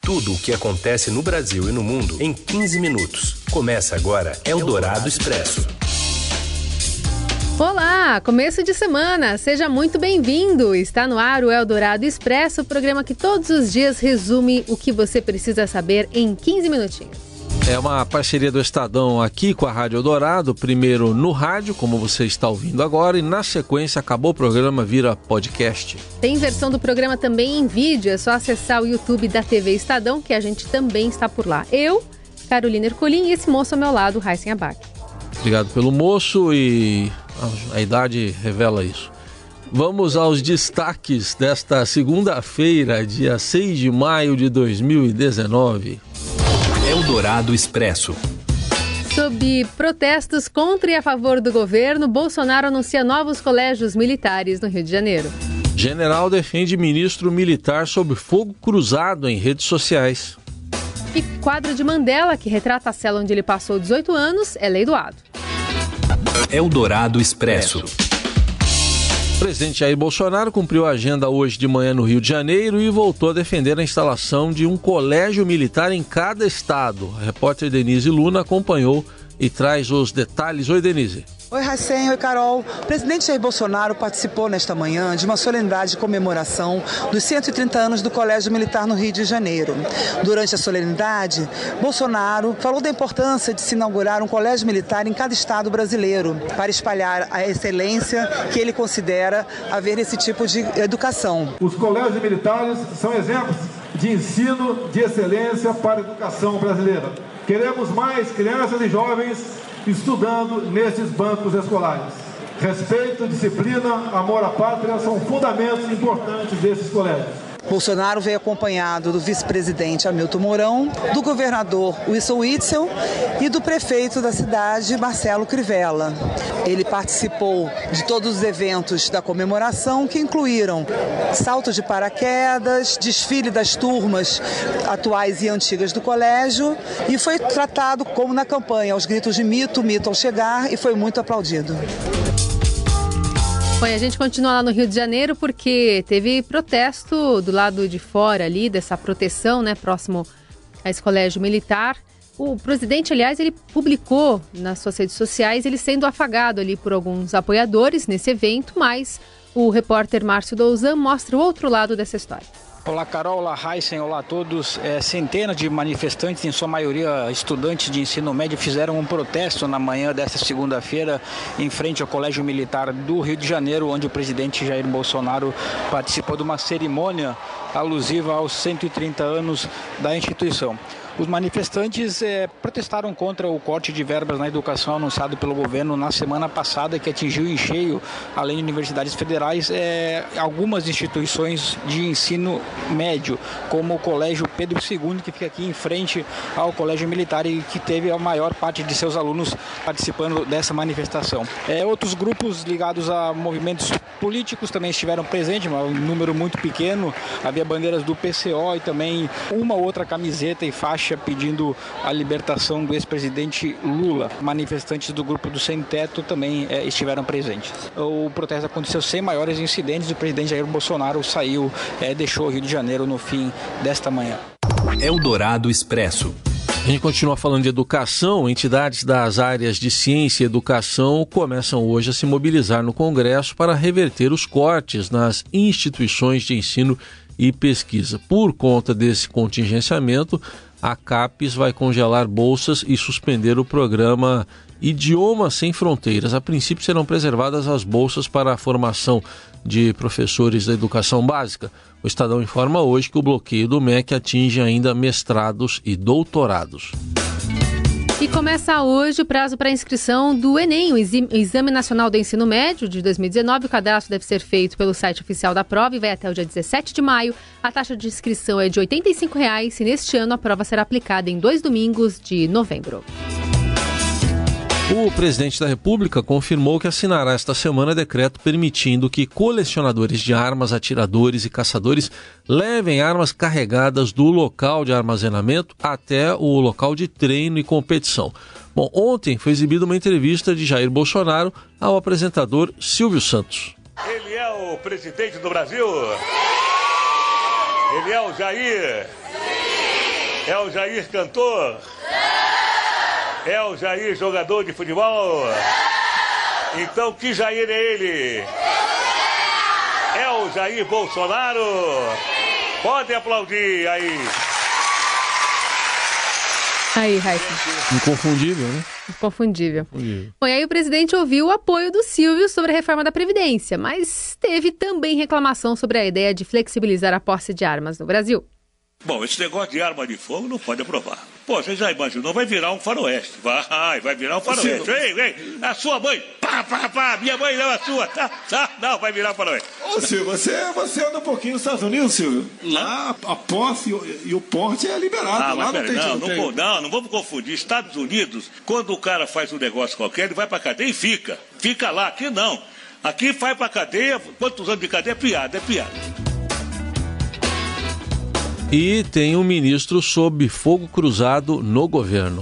Tudo o que acontece no Brasil e no mundo em 15 minutos. Começa agora Eldorado Expresso. Olá, começo de semana, seja muito bem-vindo. Está no ar o Eldorado Expresso, o programa que todos os dias resume o que você precisa saber em 15 minutinhos. É uma parceria do Estadão aqui com a Rádio Eldorado, primeiro no rádio, como você está ouvindo agora, e na sequência acabou o programa, vira podcast. Tem versão do programa também em vídeo, é só acessar o YouTube da TV Estadão, que a gente também está por lá. Eu, Carolina Ercolim, e esse moço ao meu lado, Raíssen Abac. Obrigado pelo moço e a idade revela isso. Vamos aos destaques desta segunda-feira, dia 6 de maio de 2019. Eldorado Expresso. Sob protestos contra e a favor do governo, Bolsonaro anuncia novos colégios militares no Rio de Janeiro. General defende ministro militar sob fogo cruzado em redes sociais. E quadro de Mandela, que retrata a cela onde ele passou 18 anos, é leiloado. Eldorado Expresso. O presidente Jair Bolsonaro cumpriu a agenda hoje de manhã no Rio de Janeiro e voltou a defender a instalação de um colégio militar em cada estado. A repórter Denise Luna acompanhou e traz os detalhes. Oi, Denise. Oi, Raíssen. Oi, Carol. O presidente Jair Bolsonaro participou nesta manhã de uma solenidade de comemoração dos 130 anos do Colégio Militar no Rio de Janeiro. Durante a solenidade, Bolsonaro falou da importância de se inaugurar um colégio militar em cada estado brasileiro, para espalhar a excelência que ele considera haver esse tipo de educação. Os colégios militares são exemplos de ensino de excelência para a educação brasileira. Queremos mais crianças e jovens estudando nesses bancos escolares. Respeito, disciplina, amor à pátria são fundamentos importantes desses colégios. Bolsonaro veio acompanhado do vice-presidente Hamilton Mourão, do governador Wilson Witzel e do prefeito da cidade, Marcelo Crivella. Ele participou de todos os eventos da comemoração, que incluíram salto de paraquedas, desfile das turmas atuais e antigas do colégio, e foi tratado como na campanha, aos gritos de mito, mito ao chegar, e foi muito aplaudido. Bom, a gente continua lá no Rio de Janeiro porque teve protesto do lado de fora ali, dessa proteção, né, próximo a esse colégio militar. O presidente, aliás, ele publicou nas suas redes sociais ele sendo afagado ali por alguns apoiadores nesse evento, mas o repórter Márcio Douzan mostra o outro lado dessa história. Olá, Carol, olá, Raíssen, olá a todos. Centenas de manifestantes, em sua maioria estudantes de ensino médio, fizeram um protesto na manhã desta segunda-feira em frente ao Colégio Militar do Rio de Janeiro, onde o presidente Jair Bolsonaro participou de uma cerimônia alusiva aos 130 anos da instituição. Os manifestantes protestaram contra o corte de verbas na educação anunciado pelo governo na semana passada, que atingiu em cheio, além de universidades federais, algumas instituições de ensino médio, como o Colégio Pedro II, que fica aqui em frente ao Colégio Militar e que teve a maior parte de seus alunos participando dessa manifestação. Outros grupos ligados a movimentos políticos também estiveram presentes, um número muito pequeno. Havia bandeiras do PCO e também uma outra camiseta e faixa pedindo a libertação do ex-presidente Lula. Manifestantes do grupo do Sem Teto também estiveram presentes. O protesto aconteceu sem maiores incidentes. O presidente Jair Bolsonaro saiu, deixou o Rio de Janeiro no fim desta manhã. Eldorado Expresso. A gente continua falando de educação. Entidades das áreas de ciência e educação começam hoje a se mobilizar no Congresso para reverter os cortes nas instituições de ensino e pesquisa. Por conta desse contingenciamento, a CAPES vai congelar bolsas e suspender o programa Idiomas Sem Fronteiras. A princípio serão preservadas as bolsas para a formação de professores da educação básica. O Estadão informa hoje que o bloqueio do MEC atinge ainda mestrados e doutorados. E começa hoje o prazo para inscrição do Enem, o Exame Nacional do Ensino Médio de 2019. O cadastro deve ser feito pelo site oficial da prova e vai até o dia 17 de maio. A taxa de inscrição é de R$ 85,00 e neste ano a prova será aplicada em 2 domingos de novembro. O presidente da República confirmou que assinará esta semana decreto permitindo que colecionadores de armas, atiradores e caçadores levem armas carregadas do local de armazenamento até o local de treino e competição. Bom, ontem foi exibida uma entrevista de Jair Bolsonaro ao apresentador Silvio Santos. Ele é o presidente do Brasil? Ele é o Jair? É o Jair cantor? É o Jair jogador de futebol? Então que Jair é ele? É o Jair Bolsonaro? Pode aplaudir aí. Aí, Raíssa. Inconfundível, né? Inconfundível. Bom, e aí o presidente ouviu o apoio do Silvio sobre a reforma da Previdência, mas teve também reclamação sobre a ideia de flexibilizar a posse de armas no Brasil. Bom, esse negócio de arma de fogo não pode aprovar. Pô, você já imaginou? Vai virar um faroeste. Vai virar um faroeste. Vem, a sua mãe. Pá. Minha mãe não, a sua. Tá? Não, vai virar um faroeste. Ô, Silvio, você anda um pouquinho nos Estados Unidos, Silvio? Lá a posse e o porte é liberado. Lá não vamos confundir. Estados Unidos, quando o cara faz um negócio qualquer, ele vai pra cadeia e fica. Fica lá. Aqui não. Aqui vai pra cadeia. Quantos anos de cadeia? É piada. E tem um ministro sob fogo cruzado no governo.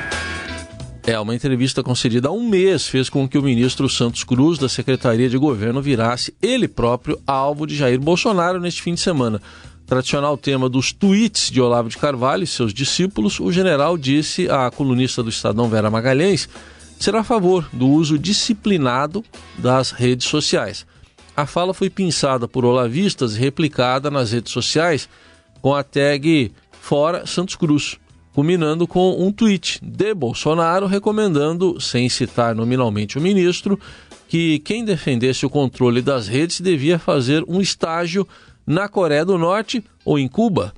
Uma entrevista concedida há um mês fez com que o ministro Santos Cruz, da Secretaria de Governo, virasse ele próprio alvo de Jair Bolsonaro neste fim de semana. Tradicional tema dos tweets de Olavo de Carvalho e seus discípulos, o general disse à colunista do Estadão Vera Magalhães ser a favor do uso disciplinado das redes sociais. A fala foi pensada por olavistas e replicada nas redes sociais com a tag Fora Santos Cruz, culminando com um tweet de Bolsonaro recomendando, sem citar nominalmente o ministro, que quem defendesse o controle das redes devia fazer um estágio na Coreia do Norte ou em Cuba.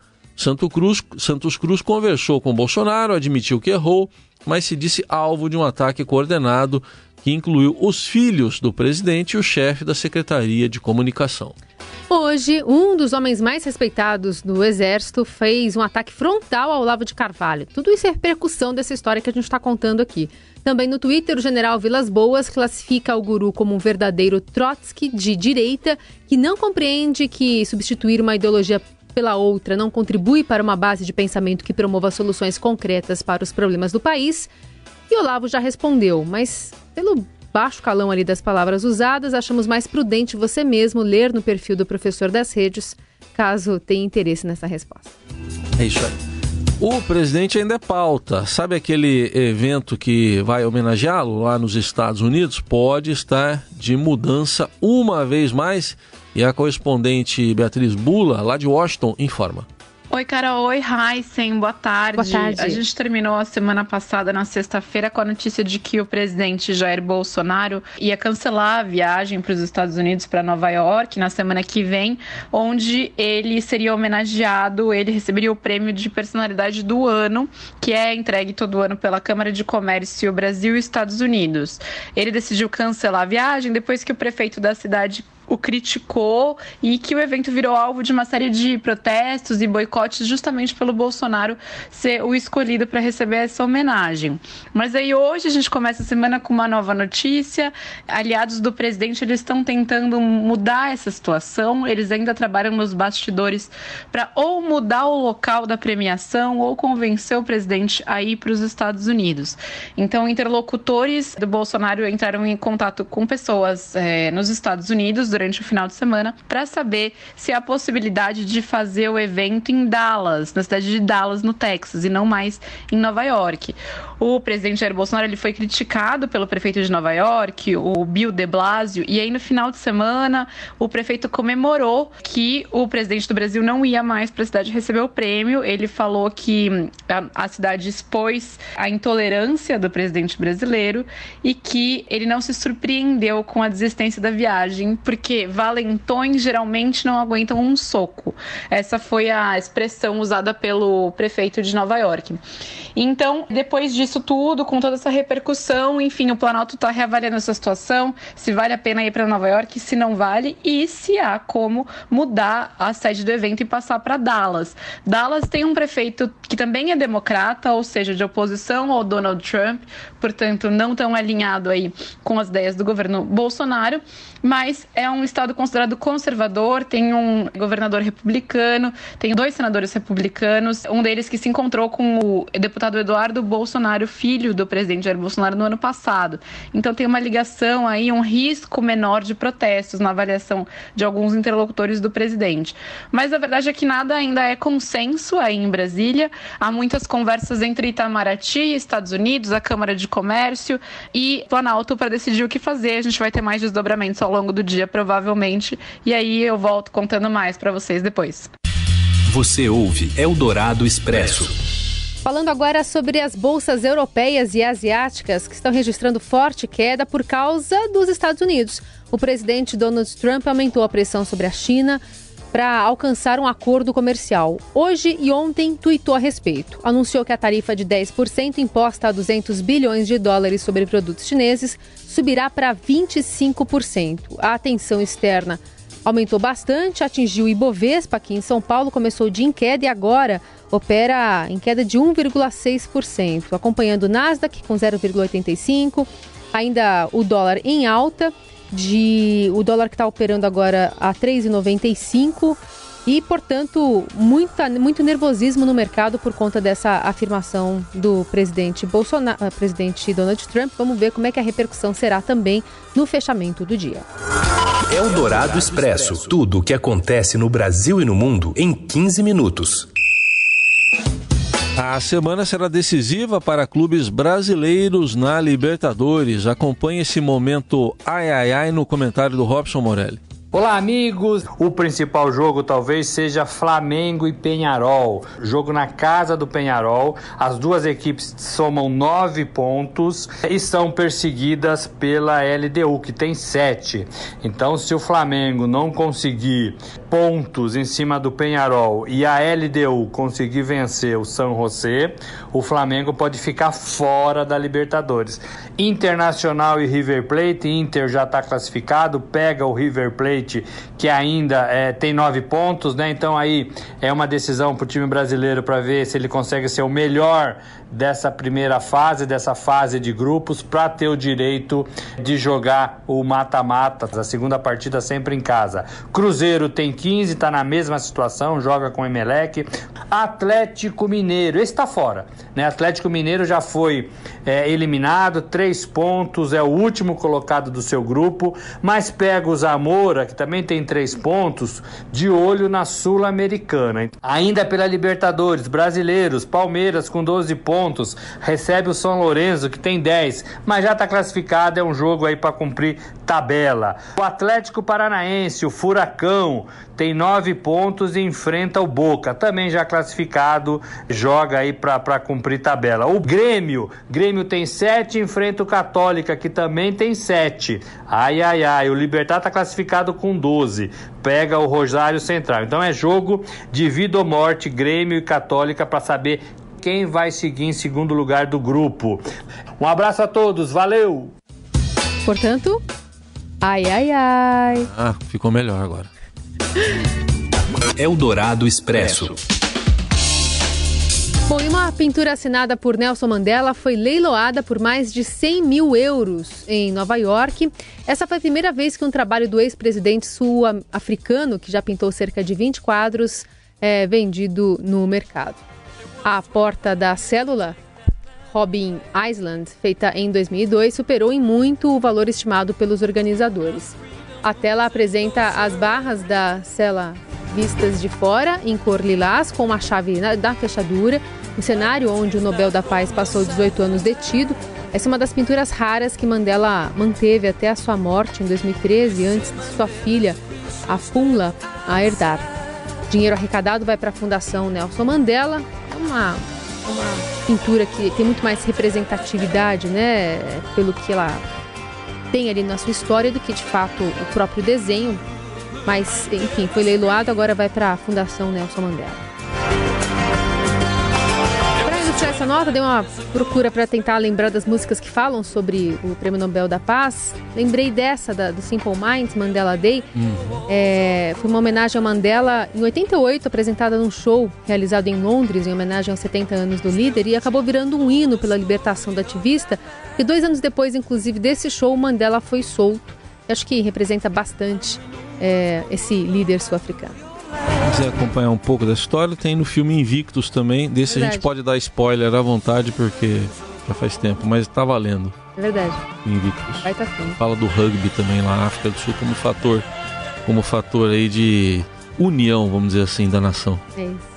Santos Cruz conversou com Bolsonaro, admitiu que errou, mas se disse alvo de um ataque coordenado que incluiu os filhos do presidente e o chefe da Secretaria de Comunicação. Hoje, um dos homens mais respeitados do Exército fez um ataque frontal ao Olavo de Carvalho. Tudo isso é repercussão dessa história que a gente está contando aqui. Também no Twitter, o general Vilas Boas classifica o guru como um verdadeiro Trotsky de direita que não compreende que substituir uma ideologia pela outra não contribui para uma base de pensamento que promova soluções concretas para os problemas do país. E Olavo já respondeu, mas pelo baixo calão ali das palavras usadas, achamos mais prudente você mesmo ler no perfil do professor das redes, caso tenha interesse nessa resposta. É isso aí. O presidente ainda é pauta. Sabe aquele evento que vai homenageá-lo lá nos Estados Unidos? Pode estar de mudança uma vez mais. E a correspondente Beatriz Bula, lá de Washington, informa. Oi, Carol. Oi, Heisen. Boa tarde. Boa tarde. A gente terminou a semana passada, na sexta-feira, com a notícia de que o presidente Jair Bolsonaro ia cancelar a viagem para os Estados Unidos, para Nova York, na semana que vem, onde ele seria homenageado, ele receberia o prêmio de personalidade do ano, que é entregue todo ano pela Câmara de Comércio Brasil e Estados Unidos. Ele decidiu cancelar a viagem depois que o prefeito da cidade o criticou e que o evento virou alvo de uma série de protestos e boicotes justamente pelo Bolsonaro ser o escolhido para receber essa homenagem. Mas aí hoje a gente começa a semana com uma nova notícia. Aliados do presidente, eles estão tentando mudar essa situação, eles ainda trabalham nos bastidores para ou mudar o local da premiação ou convencer o presidente a ir para os Estados Unidos. Então, interlocutores do Bolsonaro entraram em contato com pessoas nos Estados Unidos durante o final de semana para saber se há a possibilidade de fazer o evento em Dallas, na cidade de Dallas, no Texas, e não mais em Nova York. O presidente Jair Bolsonaro ele foi criticado pelo prefeito de Nova York, o Bill de Blasio, e aí no final de semana o prefeito comemorou que o presidente do Brasil não ia mais para a cidade receber o prêmio. Ele falou que a cidade expôs a intolerância do presidente brasileiro e que ele não se surpreendeu com a desistência da viagem, porque valentões geralmente não aguentam um soco. Essa foi a expressão usada pelo prefeito de Nova York. Então, depois disso tudo, com toda essa repercussão, enfim, o Planalto está reavaliando essa situação, se vale a pena ir para Nova York, se não vale, e se há como mudar a sede do evento e passar para Dallas. Dallas tem um prefeito que também é democrata, ou seja, de oposição ao Donald Trump, portanto, não tão alinhado aí com as ideias do governo Bolsonaro, mas é um estado considerado conservador, tem um governador republicano, tem 2 senadores republicanos, um deles que se encontrou com o deputado Eduardo Bolsonaro, filho do presidente Jair Bolsonaro, no ano passado. Então tem uma ligação aí, um risco menor de protestos na avaliação de alguns interlocutores do presidente. Mas a verdade é que nada ainda é consenso aí em Brasília. Há muitas conversas entre Itamaraty, Estados Unidos, a Câmara de Comércio e Planalto para decidir o que fazer. A gente vai ter mais desdobramentos ao longo do dia, provavelmente, e aí eu volto contando mais para vocês depois. Você ouve Eldorado Expresso. Falando agora sobre as bolsas europeias e asiáticas que estão registrando forte queda por causa dos Estados Unidos. O presidente Donald Trump aumentou a pressão sobre a China para alcançar um acordo comercial. Hoje e ontem tuitou a respeito. Anunciou que a tarifa de 10% imposta a 200 bilhões de dólares sobre produtos chineses subirá para 25%. A tensão externa aumentou bastante, atingiu o Ibovespa aqui em São Paulo, começou o dia em queda e agora opera em queda de 1,6%, acompanhando o Nasdaq com 0,85%, ainda o dólar em alta, o dólar que está operando agora a 3,95 e, portanto, muito nervosismo no mercado por conta dessa afirmação do presidente Donald Trump. Vamos ver como é que a repercussão será também no fechamento do dia. Eldorado Expresso. Tudo o que acontece no Brasil e no mundo em 15 minutos. A semana será decisiva para clubes brasileiros na Libertadores. Acompanhe esse momento ai no comentário do Robson Morelli. Olá, amigos! O principal jogo talvez seja Flamengo e Peñarol. Jogo na casa do Peñarol. As duas equipes somam 9 pontos e são perseguidas pela LDU, que tem 7. Então, se o Flamengo não conseguir pontos em cima do Peñarol e a LDU conseguir vencer o San José, o Flamengo pode ficar fora da Libertadores. Internacional e River Plate, Inter já está classificado, pega o River Plate, que ainda tem 9 pontos, né? Então aí é uma decisão para o time brasileiro para ver se ele consegue ser o melhor dessa primeira fase, dessa fase de grupos, para ter o direito de jogar o mata-mata, a segunda partida sempre em casa. Cruzeiro tem 15, está na mesma situação, joga com o Emelec. Atlético Mineiro, esse está fora, né? Atlético Mineiro já foi eliminado, 3 pontos, é o último colocado do seu grupo, mas pega o Zamora, que também tem 3 pontos, de olho na Sul-Americana. Ainda pela Libertadores, brasileiros, Palmeiras com 12 pontos, recebe o São Lourenço, que tem 10, mas já está classificado, é um jogo aí para cumprir tabela. O Atlético Paranaense, o Furacão, tem 9 pontos e enfrenta o Boca, também já classificado, joga aí para cumprir tabela. O Grêmio tem 7, enfrenta o Católica, que também tem 7. O Libertad está classificado com 12, pega o Rosário Central. Então é jogo de vida ou morte, Grêmio e Católica, para saber quem vai seguir em segundo lugar do grupo. Um abraço a todos, valeu! Portanto, ai. Ah, ficou melhor agora. Eldorado Expresso. Bom, e uma pintura assinada por Nelson Mandela foi leiloada por mais de 100 mil euros em Nova York. Essa foi a primeira vez que um trabalho do ex-presidente sul-africano, que já pintou cerca de 20 quadros, é vendido no mercado. A Porta da Célula, Robben Island, feita em 2002, superou em muito o valor estimado pelos organizadores. A tela apresenta as barras da cela vistas de fora, em cor lilás, com uma chave da fechadura, um cenário onde o Nobel da Paz passou 18 anos detido. Essa é uma das pinturas raras que Mandela manteve até a sua morte em 2013, antes de sua filha, a Pumla, a herdar. O dinheiro arrecadado vai para a Fundação Nelson Mandela. É uma pintura que tem muito mais representatividade, né, pelo que ela tem ali na sua história, do que de fato o próprio desenho. Mas, enfim, foi leiloado, agora vai para a Fundação Nelson Mandela. Para ilustrar essa nota, dei uma procura para tentar lembrar das músicas que falam sobre o Prêmio Nobel da Paz. Lembrei dessa, do Simple Minds, Mandela Day. Foi uma homenagem a Mandela em 88, apresentada num show realizado em Londres, em homenagem aos 70 anos do líder, e acabou virando um hino pela libertação do ativista. E 2 anos depois, inclusive, desse show, Mandela foi solto Eu acho que representa bastante esse líder sul-africano. Se quiser acompanhar um pouco da história, tem no filme Invictus também. Desse a gente pode dar spoiler à vontade, porque já faz tempo, mas tá valendo. É verdade. Invictus. Vai tá fim. Fala do rugby também lá na África do Sul como fator aí de união, vamos dizer assim, da nação. É isso.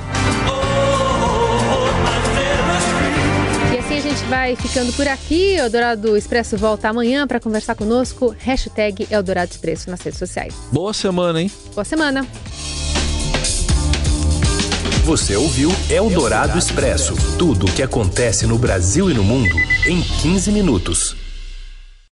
E assim a gente vai ficando por aqui. O Eldorado Expresso volta amanhã para conversar conosco. #Eldorado Expresso nas redes sociais. Boa semana, hein? Boa semana. Você ouviu Eldorado Expresso. Tudo o que acontece no Brasil e no mundo em 15 minutos.